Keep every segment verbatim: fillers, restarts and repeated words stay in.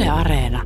Yle Areena.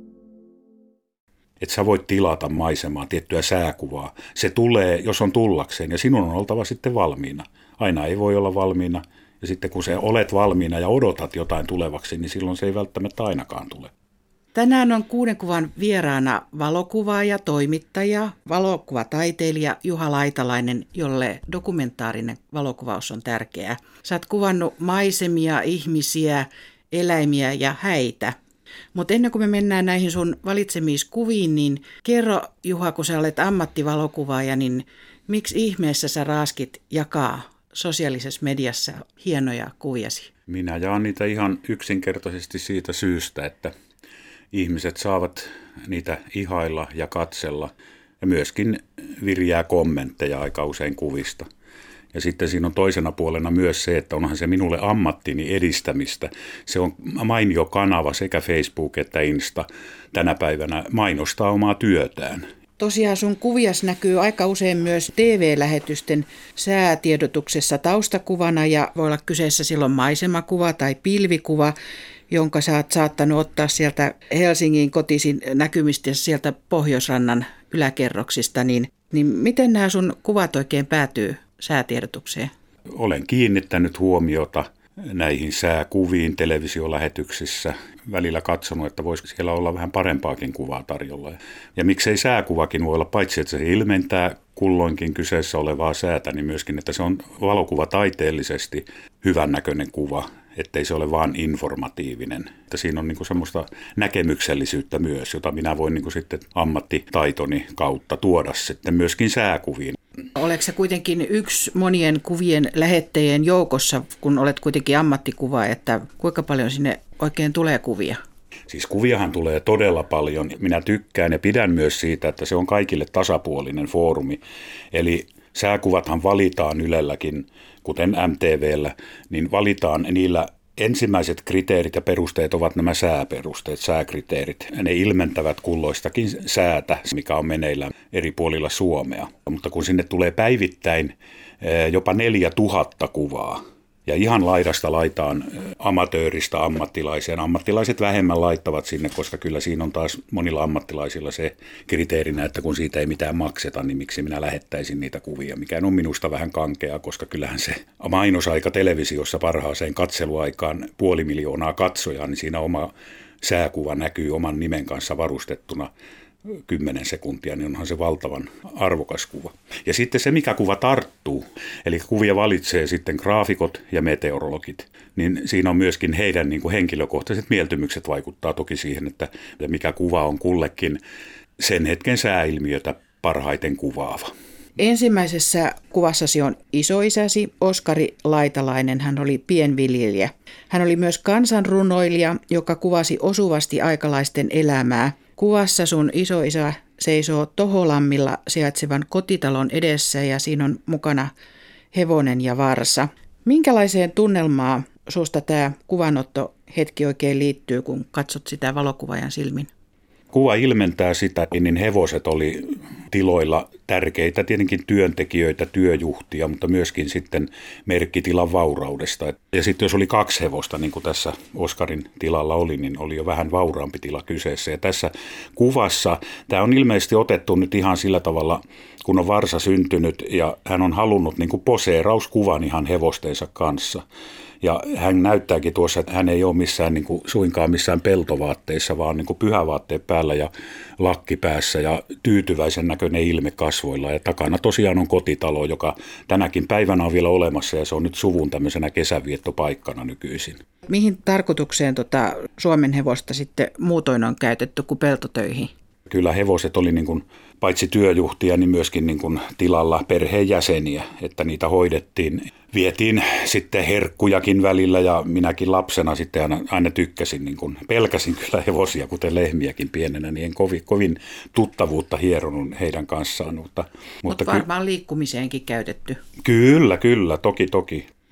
Että sä voit tilata maisemaa, tiettyä sääkuvaa. Se tulee, jos on tullakseen, ja sinun on oltava sitten valmiina. Aina ei voi olla valmiina, ja sitten kun sä olet valmiina ja odotat jotain tulevaksi, niin silloin se ei välttämättä ainakaan tule. Tänään on Kuuden kuvan vieraana valokuvaaja, toimittaja, valokuvataiteilija Juha Laitalainen, jolle dokumentaarinen valokuvaus on tärkeää. Sä oot kuvannut maisemia, ihmisiä, eläimiä ja häitä. Mutta ennen kuin me mennään näihin sun valitsemiiskuviin, niin kerro Juha, kun sä olet ammattivalokuvaaja, niin miksi ihmeessä sä raaskit jakaa sosiaalisessa mediassa hienoja kuviasi? Minä jaan niitä ihan yksinkertaisesti siitä syystä, että ihmiset saavat niitä ihailla ja katsella ja myöskin virjää kommentteja aika usein kuvista. Ja sitten siinä on toisena puolena myös se, että onhan se minulle ammattini edistämistä. Se on mainio kanava sekä Facebook että Insta tänä päivänä mainostaa omaa työtään. Tosiaan sun kuvias näkyy aika usein myös T V-lähetysten säätiedotuksessa taustakuvana ja voi olla kyseessä silloin maisemakuva tai pilvikuva, jonka sä oot saattanut ottaa sieltä Helsingin kotisin näkymistä sieltä Pohjoisrannan yläkerroksista. Niin, niin miten nämä sun kuvat oikein päätyy säätiedotukseen? Olen kiinnittänyt huomiota näihin sääkuviin televisiolähetyksissä. Välillä katsonut, että voisiko siellä olla vähän parempaakin kuvaa tarjolla. Ja miksei sääkuvakin voi olla, paitsi että se ilmentää kulloinkin kyseessä olevaa säätä, niin myöskin, että se on valokuvataiteellisesti hyvännäköinen kuva, ettei se ole vaan informatiivinen. Että siinä on niinku semmoista näkemyksellisyyttä myös, jota minä voin niinku sitten ammattitaitoni kautta tuoda sitten myöskin sääkuviin. Oletko se kuitenkin yksi monien kuvien lähettäjien joukossa, kun olet kuitenkin ammattikuvaaja, että kuinka paljon sinne oikein tulee kuvia? Siis kuviahan tulee todella paljon. Minä tykkään ja pidän myös siitä, että se on kaikille tasapuolinen foorumi. Eli sääkuvathan valitaan Ylelläkin, kuten M T V:llä, niin valitaan niillä ensimmäiset kriteerit ja perusteet ovat nämä sääperusteet, sääkriteerit. Ne ilmentävät kulloistakin säätä, mikä on meneillään eri puolilla Suomea. Mutta kun sinne tulee päivittäin jopa neljä tuhatta kuvaa, ja ihan laidasta laitaan amatööristä ammattilaiseen. Ammattilaiset vähemmän laittavat sinne, koska kyllä siinä on taas monilla ammattilaisilla se kriteerinä, että kun siitä ei mitään makseta, niin miksi minä lähettäisin niitä kuvia. Mikä on minusta vähän kankeaa, koska kyllähän se mainosaika televisiossa parhaaseen katseluaikaan puoli miljoonaa katsojaa, niin siinä oma sääkuva näkyy oman nimen kanssa varustettuna kymmenen sekuntia, niin onhan se valtavan arvokas kuva. Ja sitten se, mikä kuva tarttuu, eli kuvia valitsee sitten graafikot ja meteorologit, niin siinä on myöskin heidän niin kuin henkilökohtaiset mieltymykset vaikuttaa toki siihen, että mikä kuva on kullekin sen hetken sääilmiötä parhaiten kuvaava. Ensimmäisessä kuvassasi on isoisäsi Oskari Laitalainen, hän oli pienviljelijä. Hän oli myös kansanrunoilija, joka kuvasi osuvasti aikalaisten elämää. Kuvassa sun isoisä seisoo Toholammilla sijaitsevan kotitalon edessä ja siinä on mukana hevonen ja varsa. Minkälaiseen tunnelmaan susta tämä kuvanotto hetki oikein liittyy, kun katsot sitä valokuvaajan silmin? Kuva ilmentää sitä, niin hevoset oli tiloilla tärkeitä tietenkin työntekijöitä, työjuhtia, mutta myöskin sitten merkkitilan vauraudesta. Ja sitten jos oli kaksi hevosta, niin kuin tässä Oskarin tilalla oli, niin oli jo vähän vauraampi tila kyseessä. Ja tässä kuvassa, tämä on ilmeisesti otettu nyt ihan sillä tavalla, kun on varsa syntynyt ja hän on halunnut niin kuin poseerauskuvan ihan hevostensa kanssa. Ja hän näyttääkin tuossa, että hän ei ole missään niin kuin, suinkaan missään peltovaatteissa, vaan niin kuin pyhävaatteet päällä ja lakki päässä ja tyytyväisen näköinen ilme kasvoilla. Ja takana tosiaan on kotitalo, joka tänäkin päivänä on vielä olemassa ja se on nyt suvun tämmöisenä kesäviettopaikkana nykyisin. Mihin tarkoitukseen tota Suomen hevosta sitten muutoin on käytetty kuin peltotöihin? Kyllä hevoset oli niin kuin, paitsi työjuhtia, niin myöskin niin kuin tilalla perheenjäseniä, että niitä hoidettiin. Vietiin sitten herkkujakin välillä ja minäkin lapsena sitten aina, aina tykkäsin, niin kuin, pelkäsin kyllä hevosia, kuten lehmiäkin pienenä, niin en kovin, kovin tuttavuutta hieronut heidän kanssaan. Mutta, mutta varmaan ky- liikkumiseenkin käytetty. Kyllä, kyllä, toki, toki.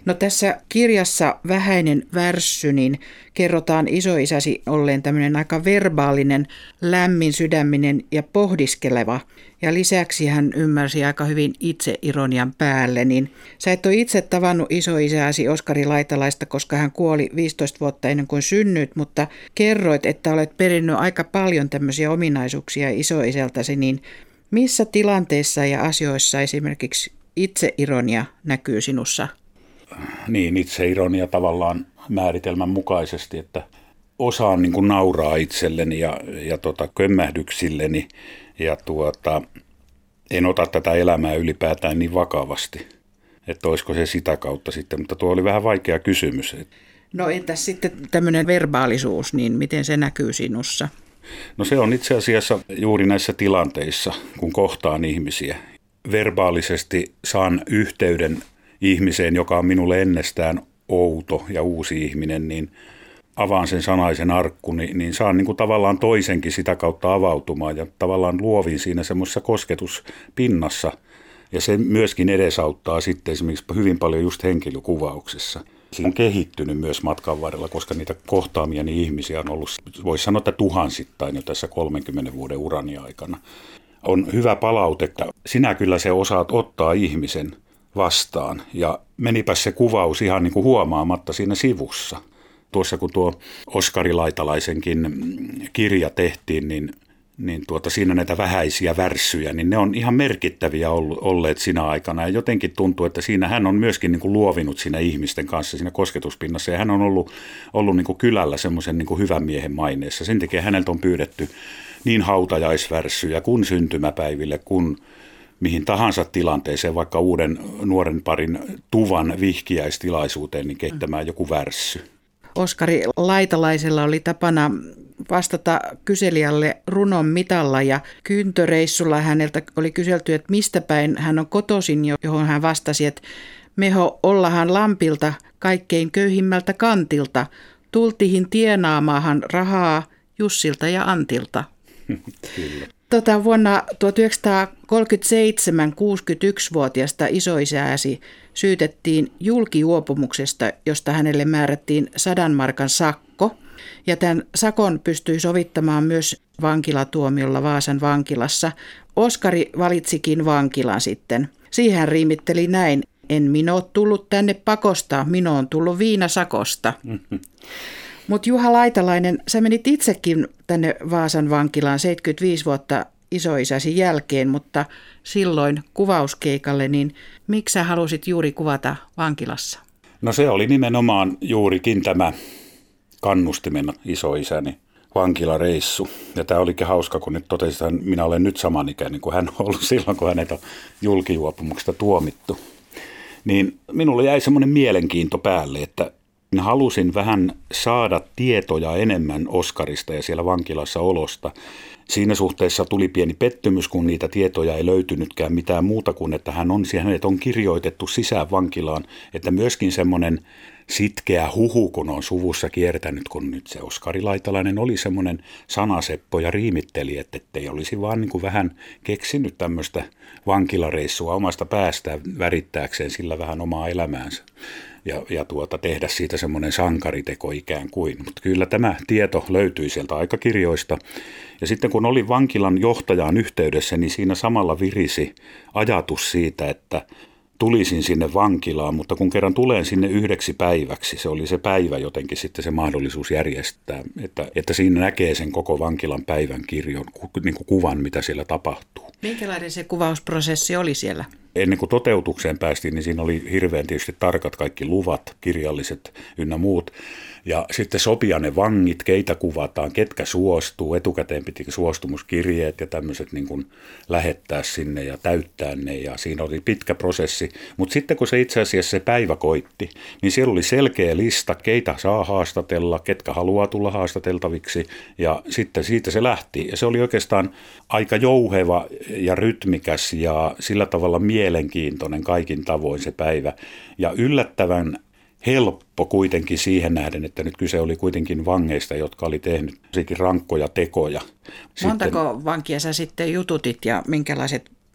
No tässä kirjassa Vähäinen värssy, niin kerrotaan isoisäsi olleen tämmöinen aika verbaalinen, lämmin sydäminen ja pohdiskeleva. Ja lisäksi hän ymmärsi aika hyvin itseironian päälle. Niin sä et ole itse tavannut isoisäsi Oskari Laitalaista, koska hän kuoli viisitoista vuotta ennen kuin synnyit, mutta kerroit, että olet perinnyt aika paljon tämmöisiä ominaisuuksia isoisältäsi, niin missä tilanteissa ja asioissa esimerkiksi itseironia näkyy sinussa? Niin, itseironia tavallaan määritelmän mukaisesti, että osaan niin kuin nauraa itselleni ja, ja tota, kömmähdyksilleni ja tuota, en ota tätä elämää ylipäätään niin vakavasti, että olisiko se sitä kautta sitten, mutta tuo oli vähän vaikea kysymys. No entäs sitten tämmöinen verbaalisuus, niin miten se näkyy sinussa? No se on itse asiassa juuri näissä tilanteissa, kun kohtaan ihmisiä. Verbaalisesti saan yhteyden ihmiseen, joka on minulle ennestään outo ja uusi ihminen, niin avaan sen sanaisen arkku, niin, niin saan niin kuin tavallaan toisenkin sitä kautta avautumaan ja tavallaan luovin siinä semmoisessa kosketuspinnassa. Ja se myöskin edesauttaa sitten esimerkiksi hyvin paljon just henkilökuvauksessa. Se on kehittynyt myös matkan varrella, koska niitä kohtaamiani ihmisiä on ollut, voisi sanoa, että tuhansittain jo tässä kolmenkymmenen vuoden urani aikana. On hyvä palaute, että sinä kyllä se osaat ottaa ihmisen vastaan ja menipä se kuvaus ihan niin kuin huomaamatta siinä sivussa. Tuossa kun tuo Oskari Laitalaisenkin kirja tehtiin, niin, niin tuota, siinä näitä vähäisiä värssyjä, niin ne on ihan merkittäviä olleet siinä aikana. Ja jotenkin tuntuu, että siinä hän on myöskin niin kuin luovinut siinä ihmisten kanssa siinä kosketuspinnassa. Ja hän on ollut, ollut niin kuin kylällä semmoisen niin kuin hyvän miehen maineessa. Sen takia häneltä on pyydetty niin hautajaisvärssyjä kuin syntymäpäiville kuin mihin tahansa tilanteeseen, vaikka uuden nuoren parin tuvan vihkiäistilaisuuteen, niin kehittämään joku värssy. Oskari Laitalaisella oli tapana vastata kyselijälle runon mitalla ja kyntöreissulla häneltä oli kyselty, että mistä päin hän on kotoisin, johon hän vastasi, että meho ollahan Lampilta kaikkein köyhimmältä kantilta, tultihin tienaamaahan rahaa Jussilta ja Antilta. Kyllä. Tota, vuonna tuhatyhdeksänsataakolmekymmentäseitsemän kuusikymmentäyksivuotiaasta isoisääsi syytettiin julkijuopumuksesta, josta hänelle määrättiin sadan markan sakko. Ja tämän sakon pystyi sovittamaan myös vankilatuomiolla Vaasan vankilassa. Oskari valitsikin vankilan sitten. Siihen hän riimitteli näin: en minä ole tullut tänne pakosta, minä on tullut viinasakosta. Mutta Juha Laitalainen, sä menit itsekin tänne Vaasan vankilaan seitsemänkymmentäviisi vuotta isoisäsi jälkeen, mutta silloin kuvauskeikalle, niin miksi sä halusit juuri kuvata vankilassa? No se oli nimenomaan juurikin tämä kannustimena isoisäni vankilareissu. Ja tämä olikin hauska, kun nyt totesin, että minä olen nyt samanikäinen kuin hän on ollut silloin, kun hänet on julkijuopumuksesta tuomittu. Niin minulle jäi semmoinen mielenkiinto päälle, että halusin vähän saada tietoja enemmän Oskarista ja siellä vankilassa olosta. Siinä suhteessa tuli pieni pettymys, kun niitä tietoja ei löytynytkään mitään muuta kuin, että hän on, hänet on kirjoitettu sisään vankilaan, että myöskin semmoinen sitkeä huhu, kun on suvussa kiertänyt, kun nyt se Oskari Laitalainen oli semmoinen sanaseppo ja riimitteli, että ei olisi vaan niin kuin vähän keksinyt tämmöistä vankilareissua omasta päästään värittääkseen sillä vähän omaa elämäänsä. Ja, ja tuota, tehdä siitä semmoinen sankariteko ikään kuin. Mutta kyllä tämä tieto löytyi sieltä aikakirjoista. Ja sitten kun olin vankilan johtajaan yhteydessä, niin siinä samalla virisi ajatus siitä, että tulisin sinne vankilaan, mutta kun kerran tulen sinne yhdeksi päiväksi, se oli se päivä jotenkin sitten se mahdollisuus järjestää, että, että siinä näkee sen koko vankilan päivän kirjon, niin kuin kuvan, mitä siellä tapahtuu. Minkälainen se kuvausprosessi oli siellä? Ennen kuin toteutukseen päästiin, niin siinä oli hirveän tietysti tarkat kaikki luvat, kirjalliset ynnä muut. Ja sitten sopia ne vangit, keitä kuvataan, ketkä suostuu. Etukäteen piti suostumuskirjeet ja tämmöiset niin kuin lähettää sinne ja täyttää ne. Ja siinä oli pitkä prosessi. Mutta sitten kun se itse asiassa se päivä koitti, niin siellä oli selkeä lista, keitä saa haastatella, ketkä haluaa tulla haastateltaviksi. Ja sitten siitä se lähti. Ja se oli oikeastaan aika jouheva ja rytmikäs ja sillä tavalla mielenkiintoinen kaikin tavoin se päivä. Ja yllättävän helppo kuitenkin siihen nähden, että nyt kyse oli kuitenkin vangeista, jotka oli tehnyt rankkoja tekoja. Montako sitten vankia sä sitten jututit ja minkälaiset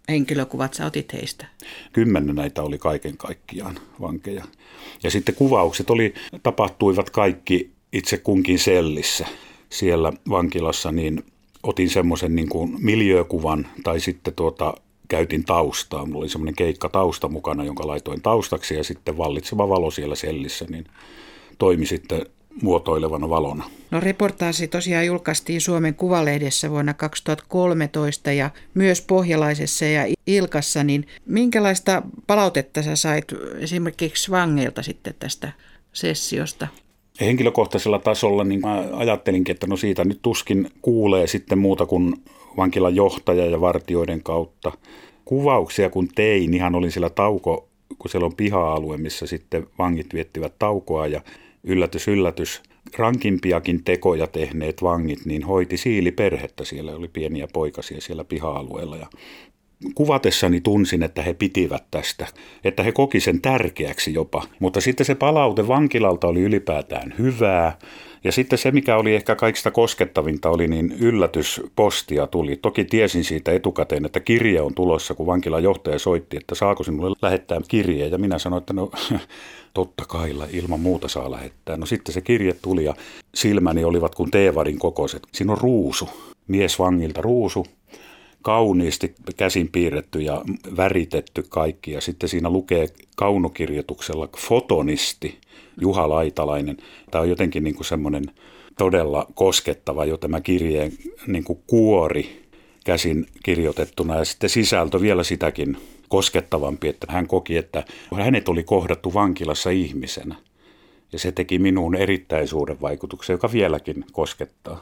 henkilökuvat sä otit heistä? Kymmenen näitä oli kaiken kaikkiaan vankeja. Ja sitten kuvaukset oli, tapahtuivat kaikki itse kunkin sellissä siellä vankilassa, niin otin semmoisen niin kuin miljöökuvan tai sitten tuota, käytin taustaa. Mulla oli semmoinen keikka tausta mukana, jonka laitoin taustaksi ja sitten vallitseva valo siellä sellissä, niin toimi sitten muotoilevana valona. No reportaasi tosiaan julkaistiin Suomen Kuvalehdessä vuonna kaksituhattakolmetoista ja myös Pohjalaisessa ja Ilkassa, niin minkälaista palautetta sä sait esimerkiksi vangeilta sitten tästä sessiosta? Henkilökohtaisella tasolla niin mä ajattelinkin, että no siitä nyt tuskin kuulee sitten muuta kuin vankilan johtaja ja vartijoiden kautta. Kuvauksia kun tein, ihan olin siellä tauko, kun siellä on piha-alue, missä sitten vangit viettivät taukoa ja yllätys, yllätys, rankimpiakin tekoja tehneet vangit, niin hoiti siiliperhettä. Siellä oli pieniä poikasia siellä piha-alueella ja kuvatessani tunsin, että he pitivät tästä, että he koki sen tärkeäksi jopa. Mutta sitten se palaute vankilalta oli ylipäätään hyvää. Ja sitten se, mikä oli ehkä kaikista koskettavinta, oli niin yllätyspostia tuli. Toki tiesin siitä etukäteen, että kirje on tulossa, kun vankilan johtaja soitti, että saako sinulle lähettää kirje. Ja minä sanoin, että no totta kai ilman muuta saa lähettää. No sitten se kirje tuli ja silmäni olivat kuin teevarin kokoiset. Siinä on ruusu, mies vangilta ruusu. Kauniisti käsin piirretty ja väritetty kaikki ja sitten siinä lukee kaunokirjoituksella fotonisti Juha Laitalainen. Tämä on jotenkin niin kuin semmoinen todella koskettava jo tämä kirjeen niin kuin kuori käsin kirjoitettuna ja sitten sisältö vielä sitäkin koskettavampi, että hän koki, että hänet oli kohdattu vankilassa ihmisenä ja se teki minuun erittäin suuren vaikutuksen, joka vieläkin koskettaa.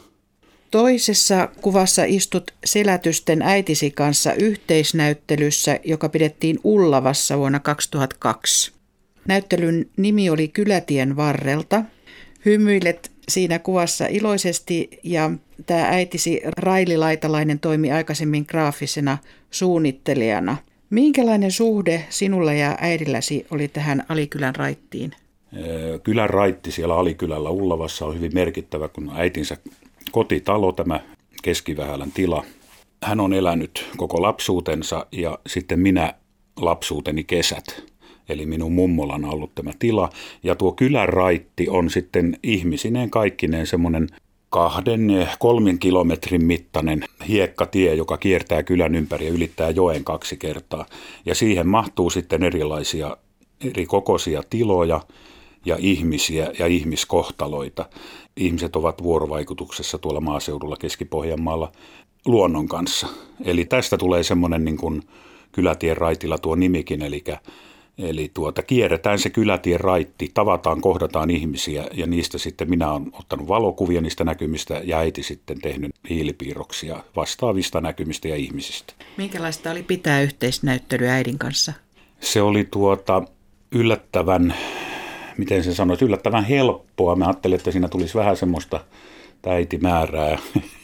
Toisessa kuvassa istut Selätysten äitisi kanssa yhteisnäyttelyssä, joka pidettiin Ullavassa vuonna kaksituhattakaksi. Näyttelyn nimi oli Kylätien varrelta. Hymyilet siinä kuvassa iloisesti ja tämä äitisi Raili Laitalainen toimi aikaisemmin graafisena suunnittelijana. Minkälainen suhde sinulla ja äidilläsi oli tähän Alikylän raittiin? Kylän raitti siellä Alikylällä Ullavassa on hyvin merkittävä, kun äitinsä kotitalo, tämä Keskivähälän tila. Hän on elänyt koko lapsuutensa ja sitten minä lapsuuteni kesät. Eli minun mummolla on ollut tämä tila. Ja tuo kylän raitti on sitten ihmisineen kaikkineen semmoinen kahden, kolmen kilometrin mittainen hiekkatie, joka kiertää kylän ympäri ja ylittää joen kaksi kertaa. Ja siihen mahtuu sitten erilaisia eri kokoisia tiloja ja ihmisiä ja ihmiskohtaloita. Ihmiset ovat vuorovaikutuksessa tuolla maaseudulla Keski-Pohjanmaalla luonnon kanssa. Eli tästä tulee semmoinen niin kuin Kylätien raitilla tuo nimikin, eli, eli tuota, kierretään se Kylätien raitti, tavataan, kohdataan ihmisiä ja niistä sitten minä olen ottanut valokuvia niistä näkymistä ja äiti sitten tehnyt hiilipiirroksia vastaavista näkymistä ja ihmisistä. Minkälaista oli pitää yhteisnäyttelyä äidin kanssa? Se oli tuota yllättävän... Miten se sanoisi, yllättävän helppoa. Mä ajattelin, että siinä tulisi vähän semmoista täitimäärää.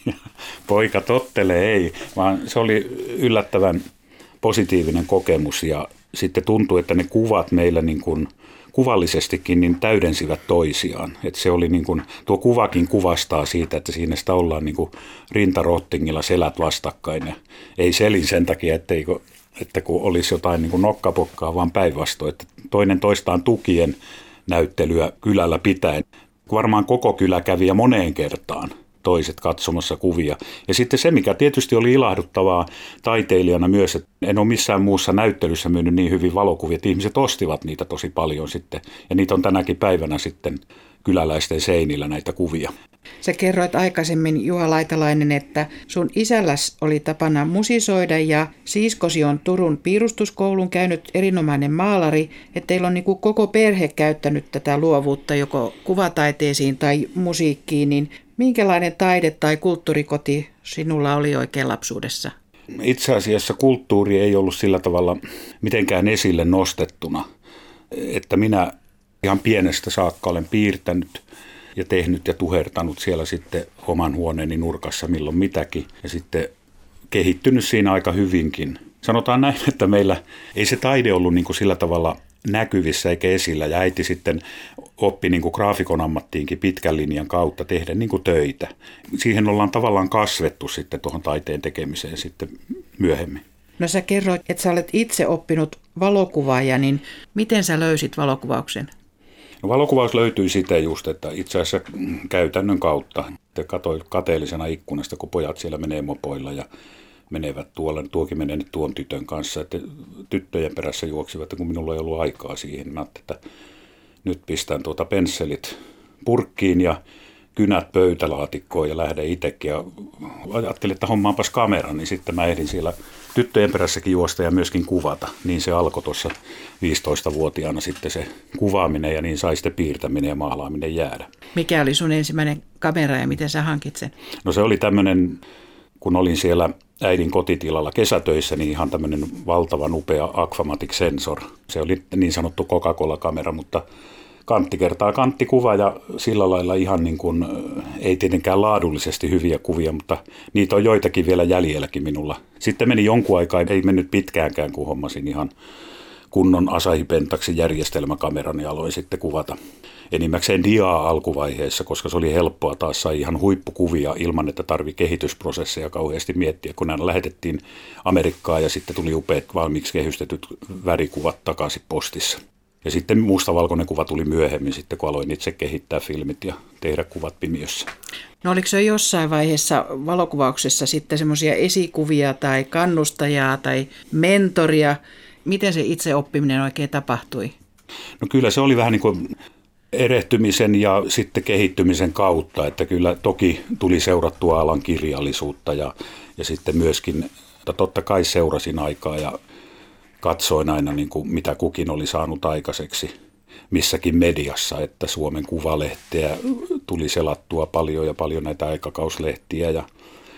Poika tottelee, ei, vaan se oli yllättävän positiivinen kokemus ja sitten tuntui, että ne kuvat meillä niin kuin kuvallisestikin niin täydensivät toisiaan. Että se oli niin kuin, tuo kuvakin kuvastaa siitä, että siinä sitä ollaan niin kuin rintarottingilla selät vastakkain. Ja ei selin sen takia, etteikö, että kun olisi jotain niin kuin nokkapokkaa, vaan päinvastoin, että toinen toistaan tukien näyttelyä kylällä pitäen. Varmaan koko kylä kävi ja moneen kertaan toiset katsomassa kuvia. Ja sitten se, mikä tietysti oli ilahduttavaa taiteilijana myös, että en ole missään muussa näyttelyssä myynyt niin hyvin valokuvia, että ihmiset ostivat niitä tosi paljon sitten. Ja niitä on tänäkin päivänä sitten kyläläisten seinillä näitä kuvia. Sä kerroit aikaisemmin, Juha Laitalainen, että sun isälläs oli tapana musisoida ja siiskosi on Turun piirustuskoulun käynyt erinomainen maalari, että teillä on niin kuin koko perhe käyttänyt tätä luovuutta joko kuvataiteisiin tai musiikkiin, niin minkälainen taide- tai kulttuurikoti sinulla oli oikein lapsuudessa? Itse asiassa kulttuuri ei ollut sillä tavalla mitenkään esille nostettuna, että minä ihan pienestä saakka olen piirtänyt ja tehnyt ja tuhertanut siellä sitten oman huoneeni nurkassa milloin mitäkin ja sitten kehittynyt siinä aika hyvinkin. Sanotaan näin, että meillä ei se taide ollut niin kuin sillä tavalla näkyvissä eikä esillä ja äiti sitten oppi niin kuin graafikon ammattiinkin pitkän linjan kautta tehdä niin kuin töitä. Siihen ollaan tavallaan kasvettu sitten tuohon taiteen tekemiseen sitten myöhemmin. No sä kerroit, että sä olet itse oppinut valokuvaaja, niin miten sä löysit valokuvauksen? No, valokuvaus löytyi sitä just, että itse asiassa käytännön kautta. Katoin kateellisena ikkunasta, kun pojat siellä menee mopoilla ja menevät tuolla, tuokin menee nyt tuon tytön kanssa, että tyttöjen perässä juoksivat, että kun minulla ei ollut aikaa siihen. Mä ajattelin, että nyt pistän tuota pensselit purkkiin ja kynät pöytälaatikkoon ja lähden itsekin. Ja ajattelin, että hommaanpas kamera, niin sitten mä ehdin siellä tyttöjen perässäkin juosta ja myöskin kuvata. Niin se alkoi tuossa viisitoistavuotiaana sitten se kuvaaminen ja niin sai sitten piirtäminen ja maalaaminen jäädä. Mikä oli sun ensimmäinen kamera ja miten sä hankit sen? No se oli tämmöinen, kun olin siellä äidin kotitilalla kesätöissä, niin ihan tämmöinen valtavan upea Aquamatic Sensor. Se oli niin sanottu Coca-Cola-kamera, mutta kantti kertaa kanttikuva ja sillä lailla ihan niin kuin, ei tietenkään laadullisesti hyviä kuvia, mutta niitä on joitakin vielä jäljelläkin minulla. Sitten meni jonkun aikaa, ei mennyt pitkäänkään, kun hommasin ihan kunnon Asahi Pentaxin järjestelmäkameran ja aloin sitten kuvata enimmäkseen diaa alkuvaiheessa, koska se oli helppoa, taas sai ihan huippukuvia ilman, että tarvi kehitysprosesseja kauheasti miettiä, kun nämä lähetettiin Amerikkaan ja sitten tuli upeat valmiiksi kehystetyt värikuvat takaisin postissa. Ja sitten mustavalkoinen kuva tuli myöhemmin sitten, kun aloin itse kehittää filmit ja tehdä kuvat pimiössä. No oliko se jossain vaiheessa valokuvauksessa sitten semmoisia esikuvia tai kannustajaa tai mentoria? Miten se itse oppiminen oikein tapahtui? No kyllä se oli vähän niin kuin erehtymisen ja sitten kehittymisen kautta, että kyllä toki tuli seurattua alan kirjallisuutta ja, ja sitten myöskin, totta kai seurasin aikaa ja katsoin aina niin kuin mitä kukin oli saanut aikaiseksi missäkin mediassa, että Suomen Kuvalehteä tuli selattua paljon ja paljon näitä aikakauslehtiä. Ja,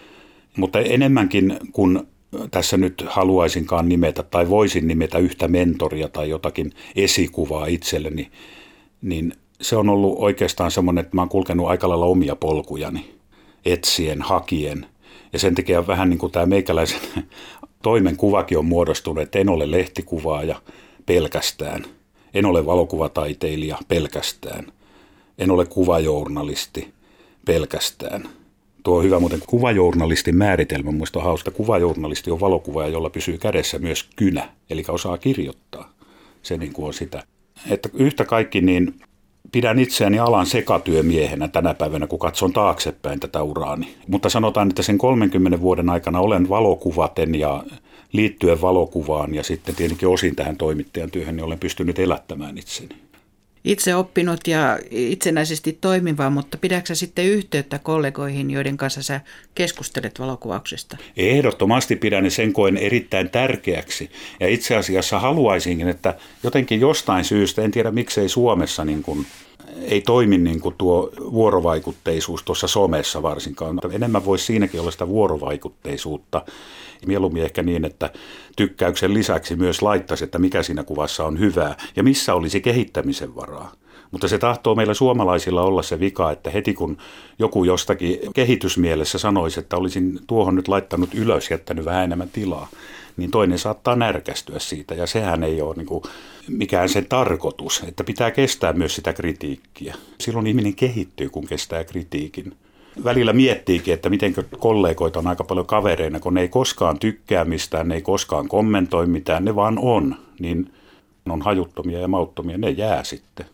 mutta enemmänkin kun tässä nyt haluaisinkaan nimetä tai voisin nimetä yhtä mentoria tai jotakin esikuvaa itselleni, niin se on ollut oikeastaan semmoinen, että mä oon kulkenut aika lailla omia polkujani etsien, hakien. Ja sen takia vähän niin kuin tämä meikäläisen toimenkuvakin on muodostunut, että en ole lehtikuvaaja pelkästään, en ole valokuvataiteilija pelkästään, en ole kuvajournalisti pelkästään. Tuo on hyvä muuten kuvajournalistin määritelmä, minusta on hauska. Kuvajournalisti on valokuvaaja, jolla pysyy kädessä myös kynä, eli osaa kirjoittaa. Se niin kuin on sitä. Että yhtä kaikki niin pidän itseäni alan sekatyömiehenä tänä päivänä, kun katson taaksepäin tätä uraani. Mutta sanotaan, että sen kolmenkymmenen vuoden aikana olen valokuvaten ja liittyen valokuvaan ja sitten tietenkin osin tähän toimittajan työhön, niin olen pystynyt elättämään itseni. Itse oppinut ja itsenäisesti toimiva, mutta pidätkö sä sitten yhteyttä kollegoihin, joiden kanssa sä keskustelet valokuvauksesta? Ehdottomasti pidän ja sen koen erittäin tärkeäksi. Ja itse asiassa haluaisinkin, että jotenkin jostain syystä, en tiedä miksei Suomessa niin kuin, ei toimi niin kuin tuo vuorovaikutteisuus tuossa somessa varsinkaan. Enemmän voisi siinäkin olla sitä vuorovaikutteisuutta. Mieluummin ehkä niin, että tykkäyksen lisäksi myös laittaisi, että mikä siinä kuvassa on hyvää ja missä olisi kehittämisen varaa. Mutta se tahtoo meillä suomalaisilla olla se vika, että heti kun joku jostakin kehitysmielessä sanoisi, että olisin tuohon nyt laittanut ylös, jättänyt vähän enemmän tilaa, niin toinen saattaa närkästyä siitä. Ja sehän ei ole niin kuin mikään sen tarkoitus, että pitää kestää myös sitä kritiikkiä. Silloin ihminen kehittyy, kun kestää kritiikin. Välillä miettiikin, että miten kollegoita on aika paljon kavereina, kun ne ei koskaan tykkää mistään, ne ei koskaan kommentoi mitään, ne vaan on. Niin on hajuttomia ja mauttomia, ne jää sitten.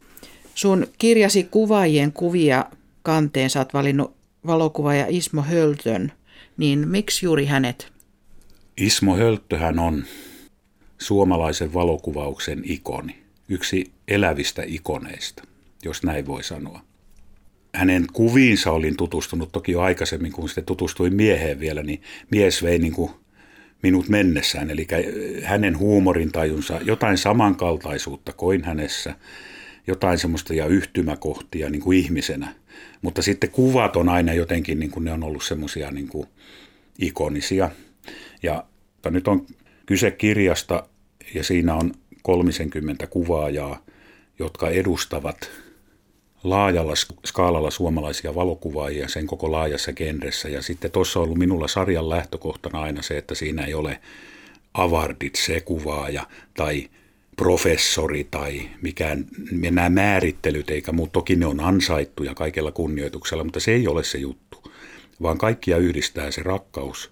Sun kirjasi kuvaajien kuvia kanteen, sä oot valinnut valokuvaaja Ismo Höltön, niin miksi juuri hänet? Ismo Hölttöhän on suomalaisen valokuvauksen ikoni, yksi elävistä ikoneista, jos näin voi sanoa. Hänen kuviinsa olin tutustunut toki jo aikaisemmin, kun sitten tutustuin mieheen vielä, niin mies vei niin kuin minut mennessään. Eli hänen huumorintajunsa, jotain samankaltaisuutta koin hänessä, jotain semmoista ja yhtymäkohtia niin kuin ihmisenä. Mutta sitten kuvat on aina jotenkin, niin kuin ne on ollut semmoisia niin kuin ikonisia. Ja nyt on kyse kirjasta ja siinä on kolmisenkymmentä kuvaajaa, jotka edustavat laajalla skaalalla suomalaisia valokuvaajia sen koko laajassa genressä. Ja sitten tuossa on ollut minulla sarjan lähtökohtana aina se, että siinä ei ole avardit se kuvaaja tai professori tai mikään, nämä määrittelyt eikä muut. Toki ne on ansaittuja kaikella kunnioituksella, mutta se ei ole se juttu, vaan kaikkia yhdistää se rakkaus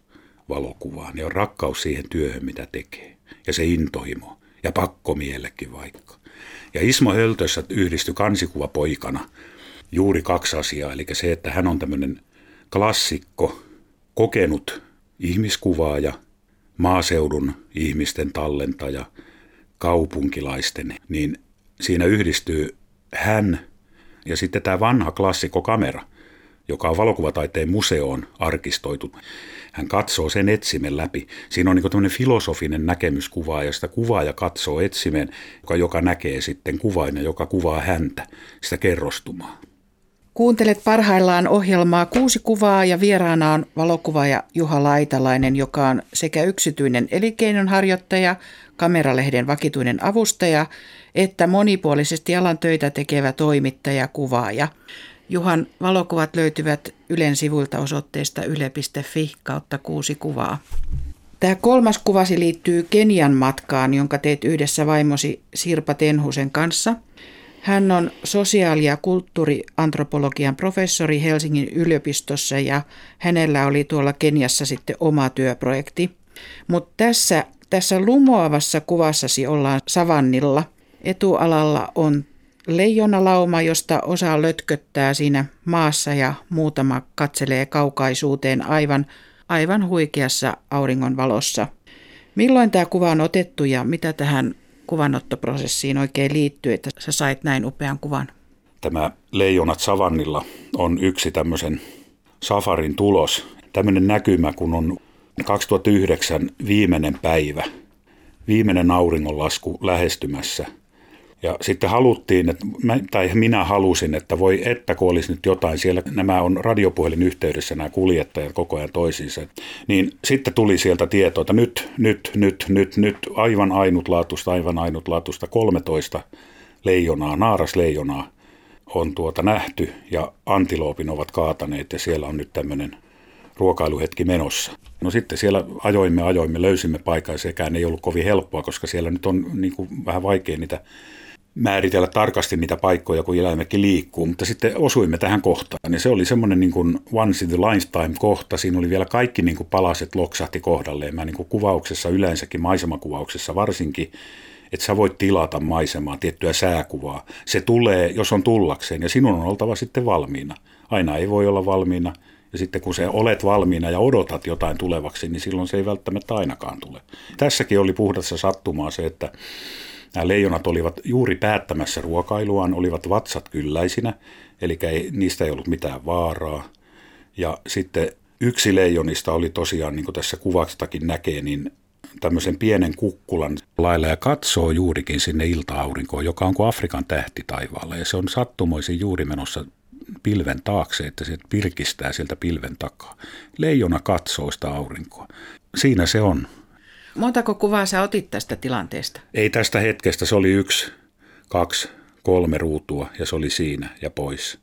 valokuvaan ja rakkaus siihen työhön, mitä tekee. Ja se intohimo ja pakkomiellekin vaikka. Ja Ismo Höltössä yhdistyi kansikuvapoikana juuri kaksi asiaa. Eli se, että hän on tämmöinen klassikko, kokenut ihmiskuvaaja, maaseudun ihmisten tallentaja, kaupunkilaisten, niin siinä yhdistyy hän ja sitten tämä vanha klassikkokamera, joka on valokuvataiteen museoon arkistoitu. Hän katsoo sen etsimen läpi. Siinä on niin kuin tämmöinen filosofinen näkemys kuvaa, ja sitä kuvaaja katsoo etsimen, joka, joka näkee sitten kuvaina, joka kuvaa häntä, sitä kerrostumaa. Kuuntelet parhaillaan ohjelmaa Kuusi kuvaa ja vieraana on valokuvaaja Juha Laitalainen, joka on sekä yksityinen elinkeinonharjoittaja, Kameralehden vakituinen avustaja, että monipuolisesti alan töitä tekevä toimittaja, kuvaaja. Juhan valokuvat löytyvät Ylen sivuilta osoitteesta yle piste fi kautta kuusi kuvaa. Tämä kolmas kuvasi liittyy Kenian matkaan, jonka teet yhdessä vaimosi Sirpa Tenhusen kanssa. Hän on sosiaali- ja kulttuuriantropologian professori Helsingin yliopistossa ja hänellä oli tuolla Keniassa sitten oma työprojekti. Mutta tässä, tässä lumoavassa kuvassasi ollaan savannilla. Etualalla on leijonalauma, josta osa lötköttää siinä maassa ja muutama katselee kaukaisuuteen aivan, aivan huikeassa auringonvalossa. Milloin tämä kuva on otettu ja mitä tähän kuvanottoprosessiin oikein liittyy, että sä sait näin upean kuvan? Tämä Leijonat savannilla on yksi tämmöisen safarin tulos. Tämmöinen näkymä, kun on kaksituhattayhdeksän viimeinen päivä, viimeinen auringonlasku lähestymässä. Ja sitten haluttiin, että, tai minä halusin, että voi että kun olisi nyt jotain, siellä nämä on radiopuhelin yhteydessä nämä kuljettajat koko ajan toisiinsa, niin sitten tuli sieltä tietoa, että nyt, nyt, nyt, nyt, nyt, aivan ainutlaatuista, aivan ainutlaatuista, kolmetoista leijonaa, naarasleijonaa on tuota nähty ja antiloopin ovat kaataneet ja siellä on nyt tämmöinen ruokailuhetki menossa. No sitten siellä ajoimme, ajoimme, löysimme paikan ja sekään ei ollut kovin helppoa, koska siellä nyt on niin kuin vähän vaikea niitä määritellä tarkasti niitä paikkoja, kun eläimekin liikkuu, mutta sitten osuimme tähän kohtaan. Ja se oli semmoinen niin kuin once in the lifetime kohta. Siinä oli vielä kaikki niin kuin palaset loksahti kohdalleen. Mä niin kuin kuvauksessa yleensäkin, maisemakuvauksessa varsinkin, että sä voit tilata maisemaa, tiettyä sääkuvaa. Se tulee, jos on tullakseen, ja sinun on oltava sitten valmiina. Aina ei voi olla valmiina. Ja sitten kun sä olet valmiina ja odotat jotain tulevaksi, niin silloin se ei välttämättä ainakaan tule. Tässäkin oli puhdassa sattumaa se, että nämä leijonat olivat juuri päättämässä ruokailuaan, olivat vatsat kylläisinä, eli ei, niistä ei ollut mitään vaaraa. Ja sitten yksi leijonista oli tosiaan, niin kuin tässä kuvastakin näkee, niin tämmöisen pienen kukkulan lailla ja katsoo juurikin sinne ilta-aurinkoon, joka on kuin Afrikan tähti taivaalla. Ja se on sattumoisin juuri menossa pilven taakse, että se pilkistää sieltä pilven takaa. Leijona katsoo sitä aurinkoa. Siinä se on. Montako kuvaa sä otit tästä tilanteesta? Ei tästä hetkestä, se oli yksi, kaksi, kolme ruutua ja se oli siinä ja pois.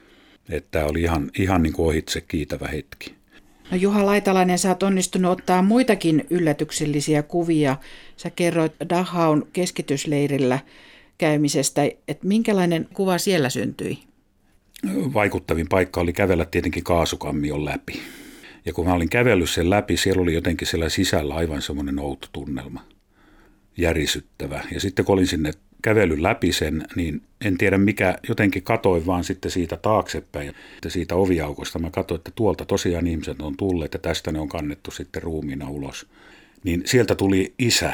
Että tämä oli ihan, ihan niin kuin ohitse kiitävä hetki. No Juha Laitalainen, sä oot onnistunut ottaa muitakin yllätyksellisiä kuvia. Sä kerroit Dachaun keskitysleirillä käymisestä, että minkälainen kuva siellä syntyi? Vaikuttavin paikka oli kävellä tietenkin Kaasukammion läpi. Ja kun mä olin kävellyt sen läpi, siellä oli jotenkin siellä sisällä aivan semmoinen outo tunnelma, järisyttävä. Ja sitten kun olin sinne kävellyt läpi sen, niin en tiedä mikä, jotenkin katoin vaan sitten siitä taaksepäin ja siitä oviaukosta. Mä katsoin, että tuolta tosiaan ihmiset on tulleet ja tästä ne on kannettu sitten ruumiina ulos. Niin sieltä tuli isä,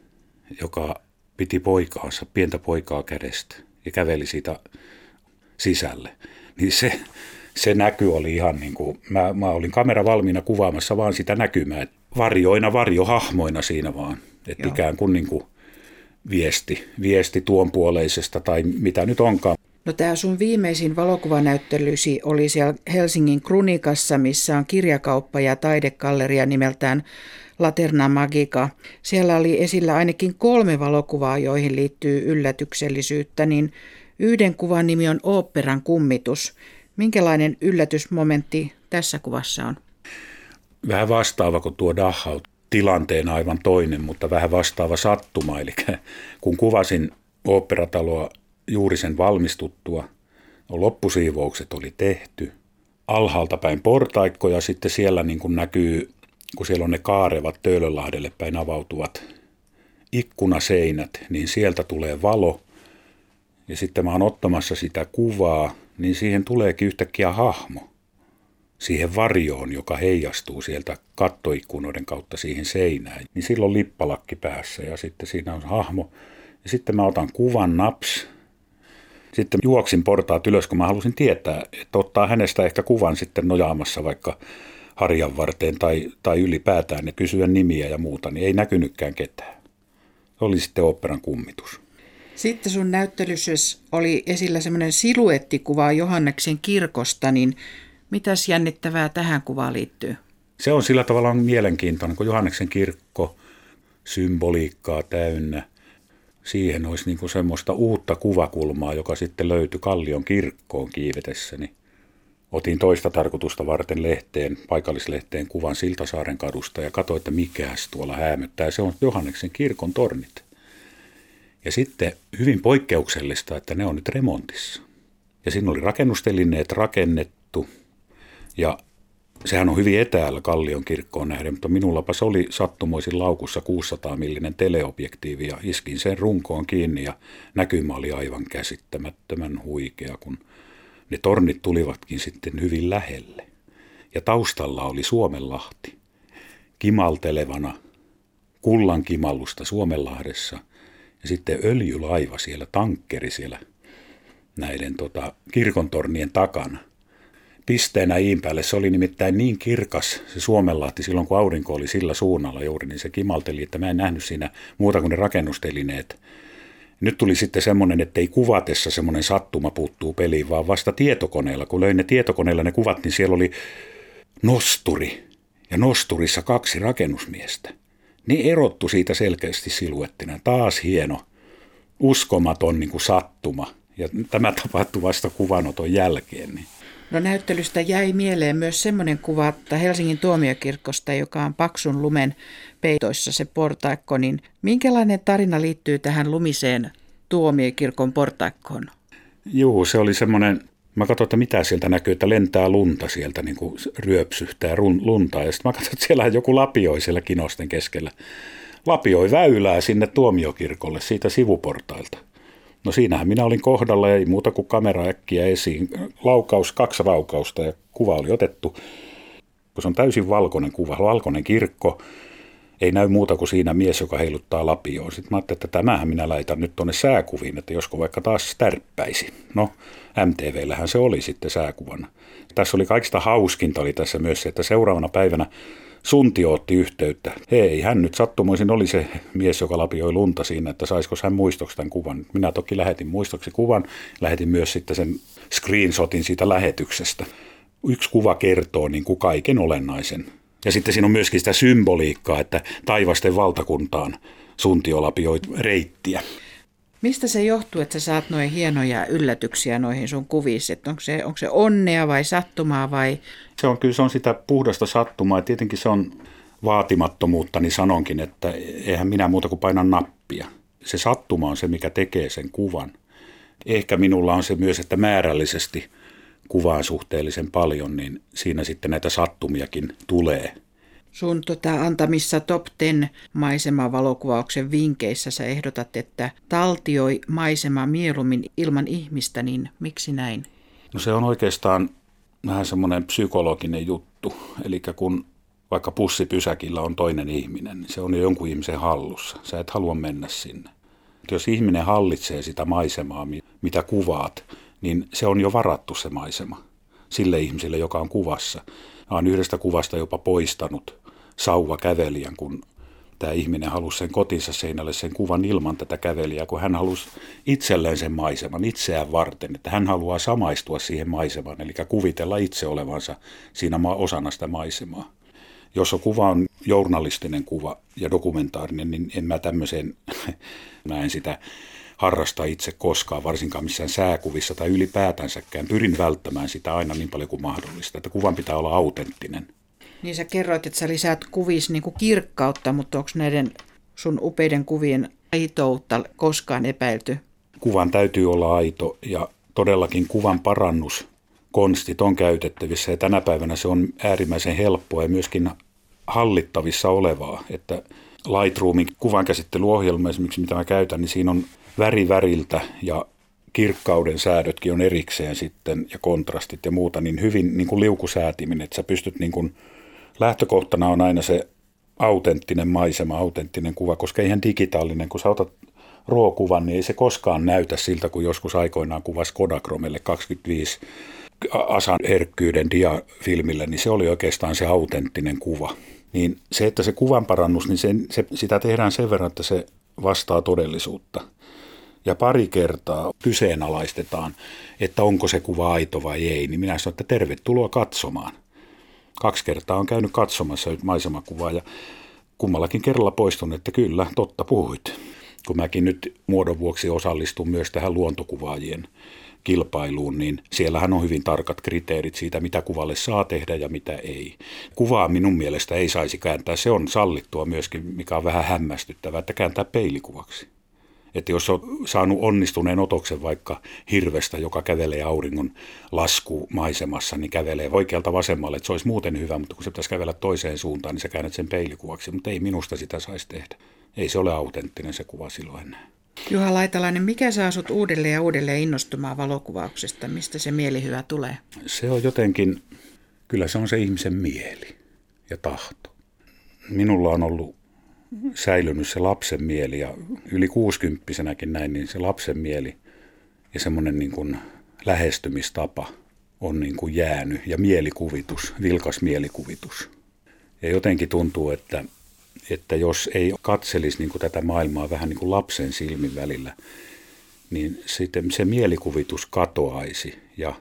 joka piti poikaansa, pientä poikaa kädestä ja käveli siitä sisälle. Niin se... Se näky oli ihan niin kuin, mä, mä olin kamera valmiina kuvaamassa vaan sitä näkymää, varjoina, varjohahmoina siinä vaan, että ikään kuin, niin kuin viesti, viesti tuon puoleisesta tai mitä nyt onkaan. No tämä sun viimeisin valokuvanäyttelysi oli siellä Helsingin Krunikassa, missä on kirjakauppa ja taidegalleria nimeltään Laterna Magica. Siellä oli esillä ainakin kolme valokuvaa, joihin liittyy yllätyksellisyyttä, niin yhden kuvan nimi on Oopperan kummitus. Minkälainen yllätysmomentti tässä kuvassa on? Vähän vastaava kuin tuo Dachau. Tilanteen aivan toinen, mutta vähän vastaava sattuma. Eli kun kuvasin oopperataloa juuri sen valmistuttua, loppusiivoukset oli tehty. Alhaalta päin portaikkoja, sitten siellä niin kuin näkyy kun siellä on ne kaarevat Töölönlahdelle päin avautuvat ikkunaseinät, niin sieltä tulee valo. Ja sitten mä oon ottamassa sitä kuvaa, niin siihen tuleekin yhtäkkiä hahmo. Siihen varjoon, joka heijastuu sieltä kattoikkunoiden kautta siihen seinään. Niin silloin on lippalakki päässä ja sitten siinä on hahmo. Ja sitten mä otan kuvan, naps. Sitten juoksin portaat ylös, kun mä halusin tietää, että ottaa hänestä ehkä kuvan sitten nojaamassa vaikka harjan varteen tai, tai ylipäätään ja kysyä nimiä ja muuta, niin ei näkynytkään ketään. Se oli sitten oopperan kummitus. Sitten sun näyttelyssä oli esillä semmoinen siluettikuva Johanneksen kirkosta, niin mitäs jännittävää tähän kuvaan liittyy? Se on sillä tavalla mielenkiintoinen, kun Johanneksen kirkko symboliikkaa täynnä. Siihen olisi niin kuin semmoista uutta kuvakulmaa, joka sitten löytyi Kallion kirkkoon kiivetessäni. Otin toista tarkoitusta varten lehteen, paikallislehteen kuvan Siltasaaren kadusta ja katsoin, että mikäs tuolla häämöttää. Se on Johanneksen kirkon tornit. Ja sitten hyvin poikkeuksellista, että ne on nyt remontissa. Ja siinä oli rakennustelineet rakennettu ja sehän on hyvin etäällä Kallion kirkkoon nähden, mutta minullapas oli sattumoisin laukussa kuusisataa millinen teleobjektiivi ja iskin sen runkoon kiinni ja näkymä oli aivan käsittämättömän huikea, kun ne tornit tulivatkin sitten hyvin lähelle. Ja taustalla oli Suomenlahti kimaltelevana kullan kimallusta Suomenlahdessa ja sitten öljylaiva siellä, tankkeri siellä näiden tota, kirkontornien takana. Pisteenä iin päälle. Se oli nimittäin niin kirkas se Suomenlahti silloin, kun aurinko oli sillä suunnalla juuri, niin se kimalteli, että mä en nähnyt siinä muuta kuin ne rakennustelineet. Nyt tuli sitten semmoinen, että ei kuvatessa semmoinen sattuma puuttuu peliin, vaan vasta tietokoneella. Kun löin ne tietokoneella ne kuvat, niin siellä oli nosturi ja nosturissa kaksi rakennusmiestä. Ne erottu siitä selkeästi siluettina. Taas hieno, uskomaton niin kuin sattuma. Ja tämä tapahtui vasta kuvanoton jälkeen. Niin. No näyttelystä jäi mieleen myös semmoinen kuva, että Helsingin tuomiokirkosta, joka on paksun lumen peitoissa se portaikko, niin minkälainen tarina liittyy tähän lumiseen tuomiokirkon portaikkoon? Juu, se oli semmoinen, mä katsoin, että mitä sieltä näkyy, että lentää lunta sieltä, niin kuin ryöpsyhtää lunta. Ja sitten mä katsoin, että siellä joku lapioi siellä kinosten keskellä. Lapioi väylää sinne tuomiokirkolle siitä sivuportailta. No siinähän minä olin kohdalla ja ei muuta kuin kamera äkkiä esiin. Laukaus, kaksi laukausta ja kuva oli otettu. Se on täysin valkoinen kuva, valkoinen kirkko. Ei näy muuta kuin siinä mies, joka heiluttaa lapioon. Sitten mä ajattelin, että tämähän minä laitan nyt tuonne sääkuviin, että josko vaikka taas tärppäisi. No, M T V:llähän se oli sitten sääkuvana. Tässä oli kaikista hauskinta oli tässä myös se, että seuraavana päivänä Suntio otti yhteyttä. Hei, hän nyt sattumoisin oli se mies, joka lapioi lunta siinä, että saisiko hän muistoksi tämän kuvan. Minä toki lähetin muistoksi kuvan, lähetin myös sitten sen screenshotin siitä lähetyksestä. Yksi kuva kertoo niin kuin kaiken olennaisen. Ja sitten siinä on myöskin sitä symboliikkaa, että taivasten valtakuntaan Suntio lapioi reittiä. Mistä se johtuu, että sä saat noin hienoja yllätyksiä noihin sun kuvissa? Onko se, onko se onnea vai sattumaa vai? Se on kyllä se on sitä puhdasta sattumaa ja tietenkin se on vaatimattomuutta, niin sanonkin, että eihän minä muuta kuin painan nappia. Se sattuma on se, mikä tekee sen kuvan. Ehkä minulla on se myös, että määrällisesti kuvaan suhteellisen paljon, niin siinä sitten näitä sattumiakin tulee. Sun tota, antamissa top kymmenen maisemavalokuvauksen vinkeissä sä ehdotat, että taltioi maisema mieluummin ilman ihmistä, niin miksi näin? No se on oikeastaan vähän semmoinen psykologinen juttu. Eli kun vaikka pussipysäkillä on toinen ihminen, niin se on jo jonkun ihmisen hallussa. Sä et halua mennä sinne. Jos ihminen hallitsee sitä maisemaa, mitä kuvaat, niin se on jo varattu se maisema sille ihmiselle, joka on kuvassa. Mä oon yhdestä kuvasta jopa poistanut sauvakävelijän, kun tämä ihminen halusi sen kotinsa seinälle sen kuvan ilman tätä kävelijää, kun hän halusi itselleen sen maiseman, itseään varten, että hän haluaa samaistua siihen maisemaan, eli kuvitella itse olevansa siinä osana sitä maisemaa. Jos on kuva on journalistinen kuva ja dokumentaarinen, niin en mä tämmöiseen, mä en sitä harrasta itse koskaan, varsinkaan missään sääkuvissa tai ylipäätänsäkään. Pyrin välttämään sitä aina niin paljon kuin mahdollista, että kuvan pitää olla autenttinen. Niin sä kerroit, että sä lisäät kuvissa niin kuin kirkkautta, mutta onko näiden sun upeiden kuvien aitoutta koskaan epäilty? Kuvan täytyy olla aito ja todellakin kuvan parannuskonstit on käytettävissä ja tänä päivänä se on äärimmäisen helppoa ja myöskin hallittavissa olevaa, että Lightroomin kuvankäsittelyohjelma esimerkiksi, mitä mä käytän, niin siinä on väri väriltä ja kirkkauden säädötkin on erikseen sitten ja kontrastit ja muuta, niin hyvin niin kuin liukusäätiminen, että sä pystyt niin kuin, lähtökohtana on aina se autenttinen maisema, autenttinen kuva, koska eihän digitaalinen, kun sä otat RAW-kuvan, niin ei se koskaan näytä siltä, kun joskus aikoinaan kuvasi Kodachromelle kaksikymmentäviisi asan herkkyyden diafilmille, niin se oli oikeastaan se autenttinen kuva. Niin se, että se kuvan parannus, niin se, se, sitä tehdään sen verran, että se vastaa todellisuutta. Ja pari kertaa kyseenalaistetaan, että onko se kuva aito vai ei, niin minä sanon, että tervetuloa katsomaan. Kaksi kertaa on käynyt katsomassa maisemakuvaa ja kummallakin kerralla poistun, että kyllä, totta puhuit. Kun mäkin nyt muodon vuoksi osallistun myös tähän luontokuvaajien kilpailuun, niin siellähän on hyvin tarkat kriteerit siitä, mitä kuvalle saa tehdä ja mitä ei. Kuvaa minun mielestä ei saisi kääntää, se on sallittua myöskin, mikä on vähän hämmästyttävää, että kääntää peilikuvaksi. Että jos on saanut onnistuneen otoksen vaikka hirvestä, joka kävelee auringon laskumaisemassa, niin kävelee oikealta vasemmalle, että se olisi muuten hyvä, mutta kun se pitäisi kävellä toiseen suuntaan, niin sä käännät sen peilikuvaksi, mutta ei minusta sitä saisi tehdä. Ei se ole autenttinen se kuva silloin enää. Juha Laitalainen, mikä saa sut uudelleen ja uudelleen innostumaan valokuvauksesta? Mistä se mielihyvä tulee? Se on jotenkin, kyllä se on se ihmisen mieli ja tahto. Minulla on ollut säilynyt se lapsen mieli ja yli kuusikymppisenäkin näin, niin se lapsen mieli ja semmoinen niin kuin lähestymistapa on niin kuin jäänyt ja mielikuvitus, vilkas mielikuvitus. Ja jotenkin tuntuu, että, että jos ei katselisi niin kuin tätä maailmaa vähän niin kuin lapsen silmin välillä, niin sitten se mielikuvitus katoaisi ja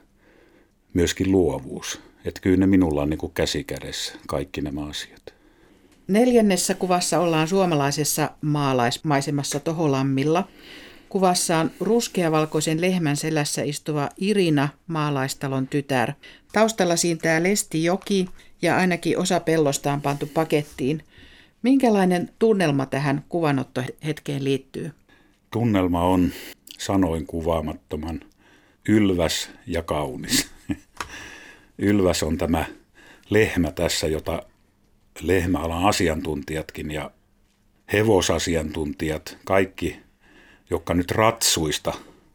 myöskin luovuus. Että kyllä ne minulla on niin kuin käsi kädessä kaikki nämä asiat. Neljännessä kuvassa ollaan suomalaisessa maalaismaisemassa Toholammilla. Kuvassa on ruskeavalkoisen lehmän selässä istuva Irina, maalaistalon tytär. Taustalla siintää Lestijoki ja ainakin osa pellosta on pantu pakettiin. Minkälainen tunnelma tähän kuvanottohetkeen liittyy? Tunnelma on sanoin kuvaamattoman ylväs ja kaunis. Ylväs on tämä lehmä tässä, jota lehmäalan asiantuntijatkin ja hevosasiantuntijat, kaikki, jotka nyt ratsuista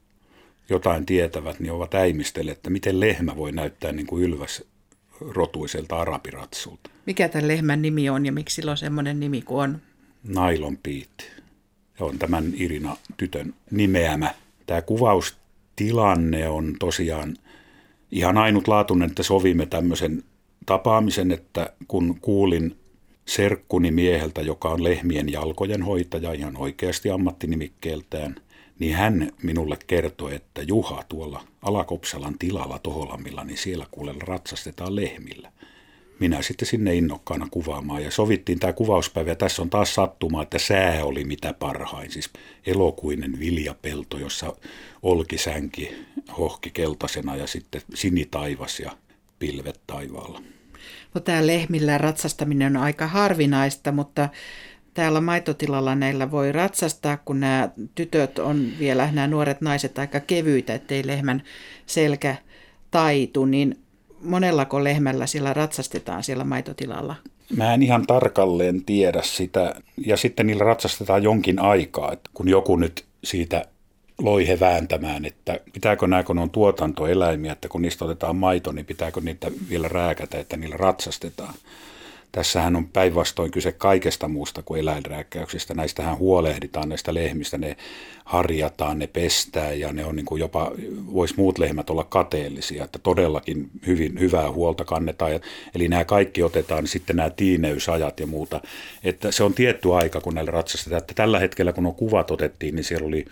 jotain tietävät, niin ovat äimistelleet, että miten lehmä voi näyttää niin kuin ylväs rotuiselta arabiratsulta. Mikä tämän lehmän nimi on ja miksi sillä on semmoinen nimi kuin on? Nylon Pete. Se on tämän Irina tytön nimeämä. Tämä kuvaustilanne on tosiaan ihan ainutlaatuinen, että sovimme tämmöisen tapaamisen, että kun kuulin serkkuni mieheltä, joka on lehmien jalkojen hoitaja ihan oikeasti ammattinimikkeeltään, niin hän minulle kertoi, että Juha tuolla Alakopsalan tilalla Toholammilla, niin siellä kuulella ratsastetaan lehmillä. Minä sitten sinne innokkaana kuvaamaan ja sovittiin tämä kuvauspäivä ja tässä on taas sattumaa, että sää oli mitä parhain. Siis elokuinen viljapelto, jossa olkisänki hohki keltaisena ja sitten sinitaivas ja pilvet taivaalla. No, tämä lehmillä ratsastaminen on aika harvinaista, mutta täällä maitotilalla näillä voi ratsastaa, kun nämä tytöt on vielä, nämä nuoret naiset aika kevyitä, ettei lehmän selkä taitu, niin monellako lehmällä siellä ratsastetaan siellä maitotilalla? Mä en ihan tarkalleen tiedä sitä ja sitten niillä ratsastetaan jonkin aikaa, että kun joku nyt siitä loihe vääntämään, että pitääkö nämä, kun on tuotantoeläimiä, että kun niistä otetaan maito, niin pitääkö niitä vielä rääkätä, että niillä ratsastetaan. Tässähän on päinvastoin kyse kaikesta muusta kuin eläinrääkkäyksistä. Näistähän huolehditaan näistä lehmistä, ne harjataan, ne pestään ja ne on niin kuin jopa, vois muut lehmät olla kateellisia, että todellakin hyvin, hyvää huolta kannetaan. Eli nämä kaikki otetaan, niin sitten nämä tiineysajat ja muuta, että se on tietty aika, kun näillä ratsastetaan. Että tällä hetkellä, kun on kuvat otettiin, niin siellä oli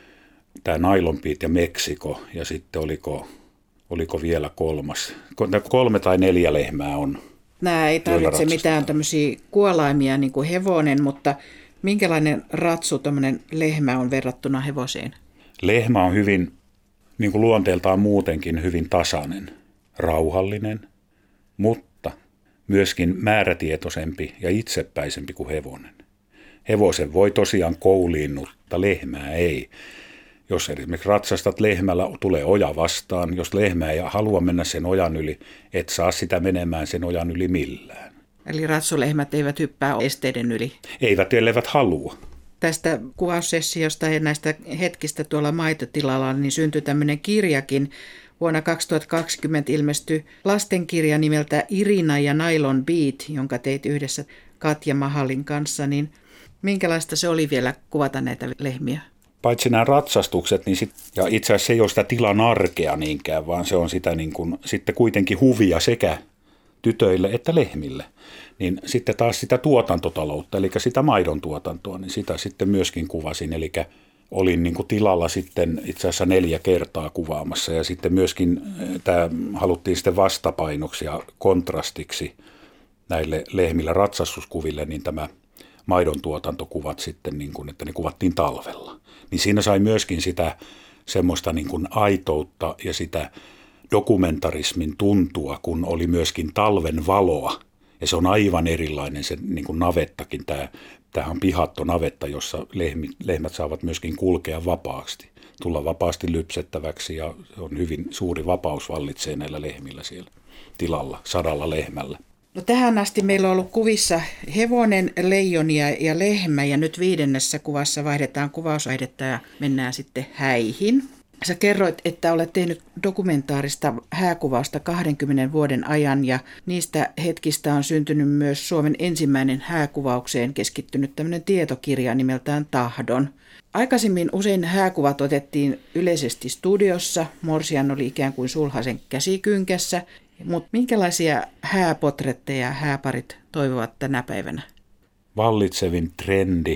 tämä Nylon Pete ja Meksiko ja sitten oliko, oliko vielä kolmas. Kolme tai neljä lehmää on. Nämä ei tarvitse mitään tämmöisiä kuolaimia niin kuin hevonen, mutta minkälainen ratsu tämmöinen lehmä on verrattuna hevoseen? Lehmä on hyvin, niin kuin luonteeltaan muutenkin, hyvin tasainen, rauhallinen, mutta myöskin määrätietoisempi ja itsepäisempi kuin hevonen. Hevosen voi tosiaan kouliinnuttaa, lehmää ei. Jos esimerkiksi ratsastat lehmällä, tulee oja vastaan. Jos lehmä ei halua mennä sen ojan yli, et saa sitä menemään sen ojan yli millään. Eli ratsulehmät eivät hyppää esteiden yli. Eivät, elleivät halua. Tästä kuvaussessiosta ja näistä hetkistä tuolla maitotilalla niin syntyi tämmöinen kirjakin. Vuonna kaksituhattakaksikymmentä ilmestyi lastenkirja nimeltä Irina ja Nylon Beat, jonka teit yhdessä Katja Mahalin kanssa. Niin minkälaista se oli vielä kuvata näitä lehmiä? Paitsi nämä ratsastukset, niin sit, ja itse asiassa se ei ole sitä tilan arkea niinkään, vaan se on sitä niin kuin, sitten kuitenkin huvia sekä tytöille että lehmille. Niin sitten taas sitä tuotantotaloutta, eli sitä maidon tuotantoa, niin sitä sitten myöskin kuvasin. Eli olin niin kuin tilalla sitten itse asiassa neljä kertaa kuvaamassa ja sitten myöskin tämä haluttiin sitten vastapainoksi ja kontrastiksi näille lehmillä ratsastuskuville, niin tämä maidon tuotantokuvat sitten, niin kuin, että ne kuvattiin talvella. Niin siinä sai myöskin sitä semmoista niin kuin aitoutta ja sitä dokumentarismin tuntua, kun oli myöskin talven valoa. Ja se on aivan erilainen se niin kuin navettakin. Tämä, tämähän on pihatto navetta, jossa lehmi, lehmät saavat myöskin kulkea vapaasti, tulla vapaasti lypsettäväksi ja on hyvin suuri vapaus vallitsee näillä lehmillä siellä tilalla, sadalla lehmällä. No tähän asti meillä on ollut kuvissa hevonen, leijonia ja lehmä ja nyt viidennessä kuvassa vaihdetaan kuvausaidetta ja mennään sitten häihin. Sä kerroit, että olet tehnyt dokumentaarista hääkuvausta kahdenkymmenen vuoden ajan ja niistä hetkistä on syntynyt myös Suomen ensimmäinen hääkuvaukseen keskittynyt tämmöinen tietokirja nimeltään Tahdon. Aikaisemmin usein hääkuvat otettiin yleisesti studiossa, morsian oli ikään kuin sulhasen käsikynkässä, mutta minkälaisia hääpotretteja hääparit toivovat tänä päivänä? Vallitsevin trendi,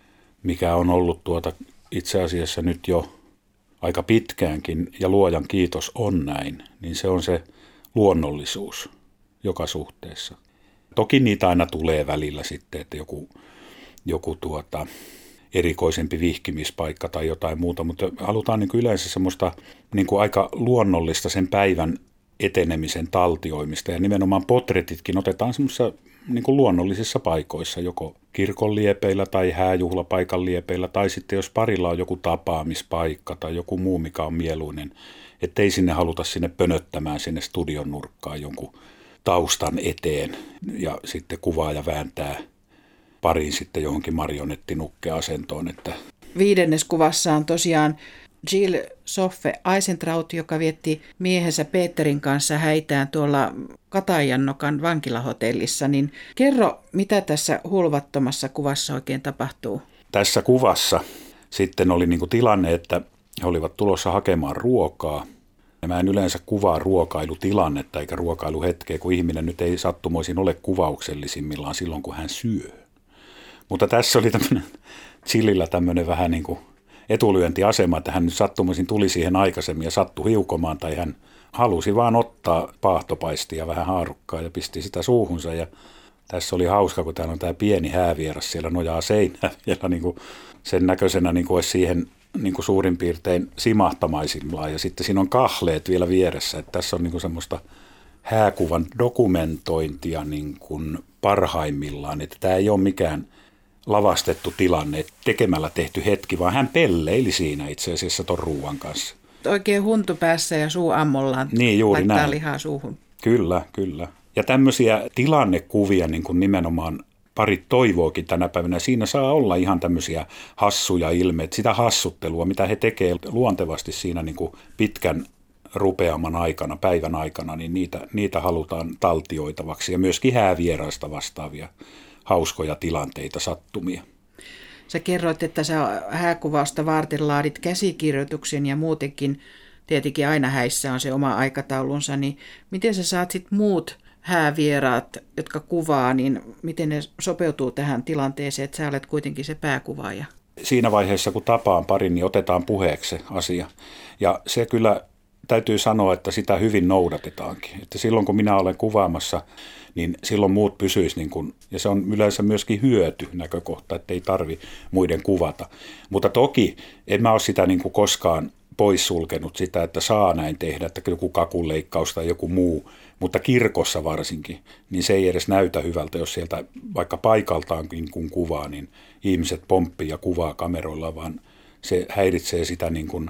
mikä on ollut tuota itse asiassa nyt jo aika pitkäänkin, ja luojan kiitos on näin, niin se on se luonnollisuus joka suhteessa. Toki niitä aina tulee välillä sitten, että joku, joku tuota, erikoisempi vihkimispaikka tai jotain muuta, mutta halutaan niin kuin yleensä semmoista niin kuin aika luonnollista sen päivän etenemisen taltioimista, ja nimenomaan potretitkin otetaan semmoisissa niin kuin luonnollisissa paikoissa, joko kirkon liepeillä tai hääjuhlapaikan liepeillä, tai sitten jos parilla on joku tapaamispaikka tai joku muu, mikä on mieluinen, ettei sinne haluta sinne pönöttämään sinne studion nurkkaan jonkun taustan eteen, ja sitten kuvaa ja vääntää parin sitten johonkin marionettinukkeasentoon. Että viidennes kuvassa on tosiaan Jill Soffe Eisentraut, joka vietti miehensä Peterin kanssa häitään tuolla Katajannokan vankilahotellissa. Niin kerro, mitä tässä hulvattomassa kuvassa oikein tapahtuu? Tässä kuvassa sitten oli niin kuin tilanne, että he olivat tulossa hakemaan ruokaa. Ja mä en yleensä kuvaa ruokailutilannetta eikä ruokailuhetkeä, kun ihminen nyt ei sattumoisin ole kuvauksellisimmillaan silloin, kun hän syö. Mutta tässä oli tämmöinen Jillillä tämmöinen vähän niin kuin etulyöntiasema, että hän nyt sattumoisin tuli siihen aikaisemmin ja sattui hiukomaan, tai hän halusi vaan ottaa paahtopaistia vähän haarukkaa ja pisti sitä suuhunsa. Ja tässä oli hauska, kun täällä on tämä pieni häävieras, siellä nojaa seinää vielä niin kuin sen näköisenä niin kuin olisi siihen niin kuin suurin piirtein simahtamaisillaan. Ja sitten siinä on kahleet vielä vieressä, että tässä on niin kuin semmoista hääkuvan dokumentointia niin kuin parhaimmillaan, että tämä ei ole mikään lavastettu tilanne, tekemällä tehty hetki, vaan hän pelleili siinä itse asiassa ton ruuan kanssa. Oikein huntu päässä ja suu ammollaan niin, juuri laittaa näin. Lihaa suuhun. Kyllä, kyllä. Ja tämmöisiä tilannekuvia niin kuin nimenomaan parit toivookin tänä päivänä. Siinä saa olla ihan tämmöisiä hassuja ilmeitä, sitä hassuttelua, mitä he tekevät luontevasti siinä niin kuin pitkän rupeaman aikana, päivän aikana, niin niitä, niitä halutaan taltioitavaksi ja myöskin häävieraista vastaavia hauskoja tilanteita, sattumia. Sä kerroit, että sä hääkuvausta varten laadit käsikirjoituksen ja muutenkin, tietenkin aina häissä on se oma aikataulunsa, niin miten sä saat sit muut häävieraat, jotka kuvaa, niin miten ne sopeutuu tähän tilanteeseen, että sä olet kuitenkin se pääkuvaaja? Siinä vaiheessa, kun tapaan parin, niin otetaan puheeksi se asia. Ja se kyllä täytyy sanoa, että sitä hyvin noudatetaankin. Että silloin, kun minä olen kuvaamassa, niin silloin muut pysyisi, niin kuin, ja se on yleensä myöskin hyöty näkökohta, että ei tarvi muiden kuvata. Mutta toki en mä ole sitä niin kuin koskaan poissulkenut sitä, että saa näin tehdä, että joku kakunleikkaus tai joku muu, mutta kirkossa varsinkin, niin se ei edes näytä hyvältä, jos sieltä vaikka paikaltaankin kun kuvaa, niin ihmiset pomppii ja kuvaa kameroilla, vaan se häiritsee sitä niin kuin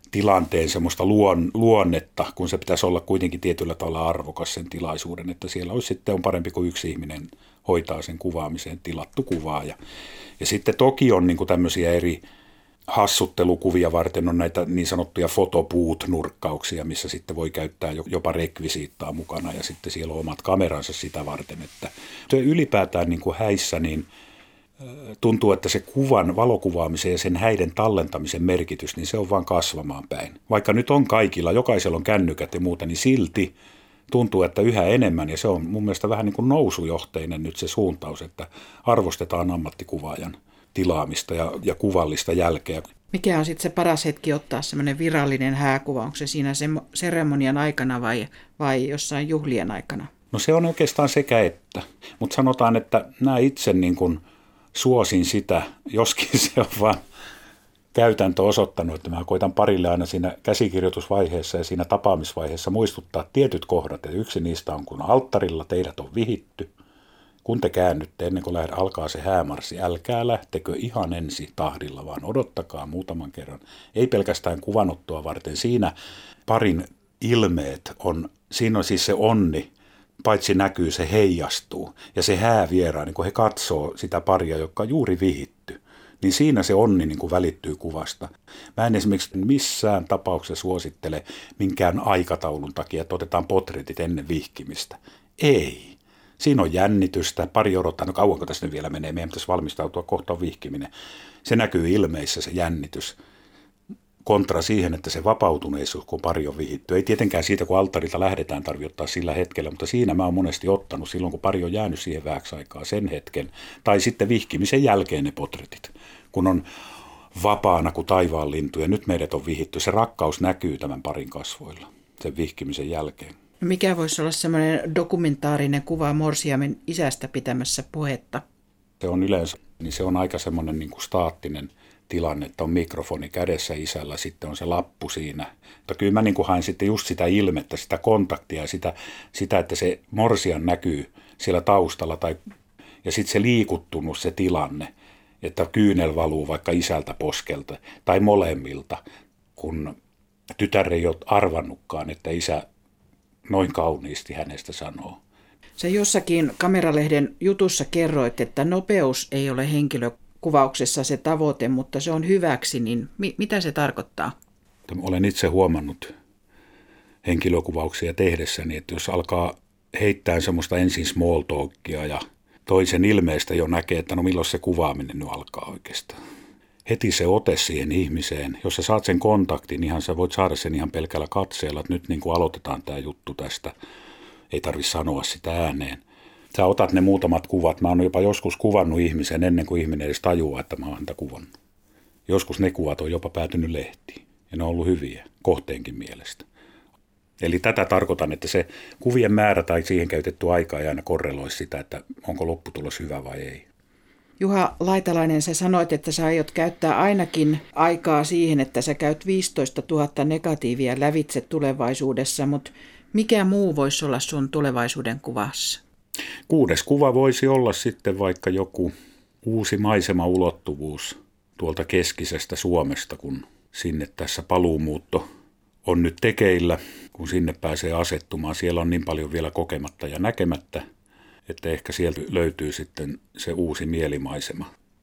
tilanteen semmoista luon, luonnetta, kun se pitäisi olla kuitenkin tietyllä tavalla arvokas sen tilaisuuden, että siellä olisi sitten on parempi kuin yksi ihminen hoitaa sen kuvaamiseen tilattu kuvaaja. Ja sitten toki on niin kuin tämmöisiä eri hassuttelukuvia varten on näitä niin sanottuja fotoboot-nurkkauksia, missä sitten voi käyttää jopa rekvisiittaa mukana ja sitten siellä on omat kameransa sitä varten. Että ylipäätään niin kuin häissä niin tuntuu, että se kuvan valokuvaamisen ja sen häiden tallentamisen merkitys, niin se on vaan kasvamaan päin. Vaikka nyt on kaikilla, jokaisella on kännykät ja muuta, niin silti tuntuu, että yhä enemmän, ja se on mun mielestä vähän niin kuin nousujohteinen nyt se suuntaus, että arvostetaan ammattikuvaajan tilaamista ja, ja kuvallista jälkeä. Mikä on sitten se paras hetki ottaa semmoinen virallinen hääkuva? Onko se siinä seremonian aikana vai, vai jossain juhlien aikana? No se on oikeastaan sekä että, mutta sanotaan, että nämä itse niin kuin suosin sitä, joskin se on vaan käytäntö osoittanut, että mä koitan parille aina siinä käsikirjoitusvaiheessa ja siinä tapaamisvaiheessa muistuttaa tietyt kohdat. Ja yksi niistä on, kun alttarilla teidät on vihitty. Kun te käännytte ennen kuin lähde, alkaa se häämarssi, älkää lähtekö ihan ensi tahdilla, vaan odottakaa muutaman kerran. Ei pelkästään kuvanottoa varten. Siinä parin ilmeet on, siinä on siis se onni, paitsi näkyy, se heijastuu. Ja se häävieraa, niin kun he katsoo sitä paria, joka on juuri vihitty, niin siinä se onni niin kuin välittyy kuvasta. Mä en esimerkiksi missään tapauksessa suosittele minkään aikataulun takia, että otetaan potretit ennen vihkimistä. Ei. Siinä on jännitystä, pari odottaa, no kauanko tässä nyt vielä menee, meidän pitäisi valmistautua kohtaan vihkiminen. Se näkyy ilmeissä se jännitys. Kontra siihen, että se vapautuneisuus, kun pari on vihitty. Ei tietenkään siitä, kun alttarilta lähdetään, tarvitse ottaa sillä hetkellä, mutta siinä mä oon monesti ottanut silloin, kun pari on jäänyt siihen vähäksi aikaa sen hetken. Tai sitten vihkimisen jälkeen ne potretit, kun on vapaana kuin taivaanlintu ja nyt meidät on vihitty. Se rakkaus näkyy tämän parin kasvoilla sen vihkimisen jälkeen. No mikä voisi olla semmoinen dokumentaarinen kuva morsiamen isästä pitämässä puhetta? Se on yleensä, niin se on aika semmoinen niin kuin staattinen tilanne, että on mikrofoni kädessä isällä, sitten on se lappu siinä. Mutta kyllä mä niin kuin haen sitten just sitä ilmettä, sitä kontaktia ja sitä, sitä että se morsian näkyy siellä taustalla tai, ja sitten se liikuttunut se tilanne, että kyynel valuu vaikka isältä poskelta tai molemmilta, kun tytär ei ole arvannutkaan, että isä noin kauniisti hänestä sanoo. Sä jossakin Kameralehden jutussa kerroit, että nopeus ei ole henkilökuvauksessa se tavoite, mutta se on hyväksi, niin mi- mitä se tarkoittaa? Olen itse huomannut henkilökuvauksia tehdessäni, että jos alkaa heittää semmoista ensin small talkia ja toisen ilmeistä jo näkee, että no milloin se kuvaaminen nyt alkaa oikeastaan. Heti se ote siihen ihmiseen, jos sä saat sen kontaktin, ihan sä voit saada sen ihan pelkällä katseella, että nyt niin kuin aloitetaan tämä juttu tästä. Ei tarvitse sanoa sitä ääneen. Sä otat ne muutamat kuvat. Mä oon jopa joskus kuvannut ihmisen ennen kuin ihminen edes tajuaa, että mä oon häntä kuvannut. Joskus ne kuvat on jopa päätynyt lehtiin. Ja ne on ollut hyviä, kohteenkin mielestä. Eli tätä tarkoitan, että se kuvien määrä tai siihen käytetty aika ei aina korreloi sitä, että onko lopputulos hyvä vai ei. Juha Laitalainen, sä sanoit, että sä aiot käyttää ainakin aikaa siihen, että sä käyt viisitoista tuhatta negatiivia lävitse tulevaisuudessa, mutta mikä muu voisi olla sun tulevaisuuden kuvassa? Kuudes kuva voisi olla sitten vaikka joku uusi maisemaulottuvuus tuolta keskisestä Suomesta, kun sinne tässä paluumuutto on nyt tekeillä, kun sinne pääsee asettumaan. Siellä on niin paljon vielä kokematta ja näkemättä, että ehkä sieltä löytyy sitten se uusi mielimaisema.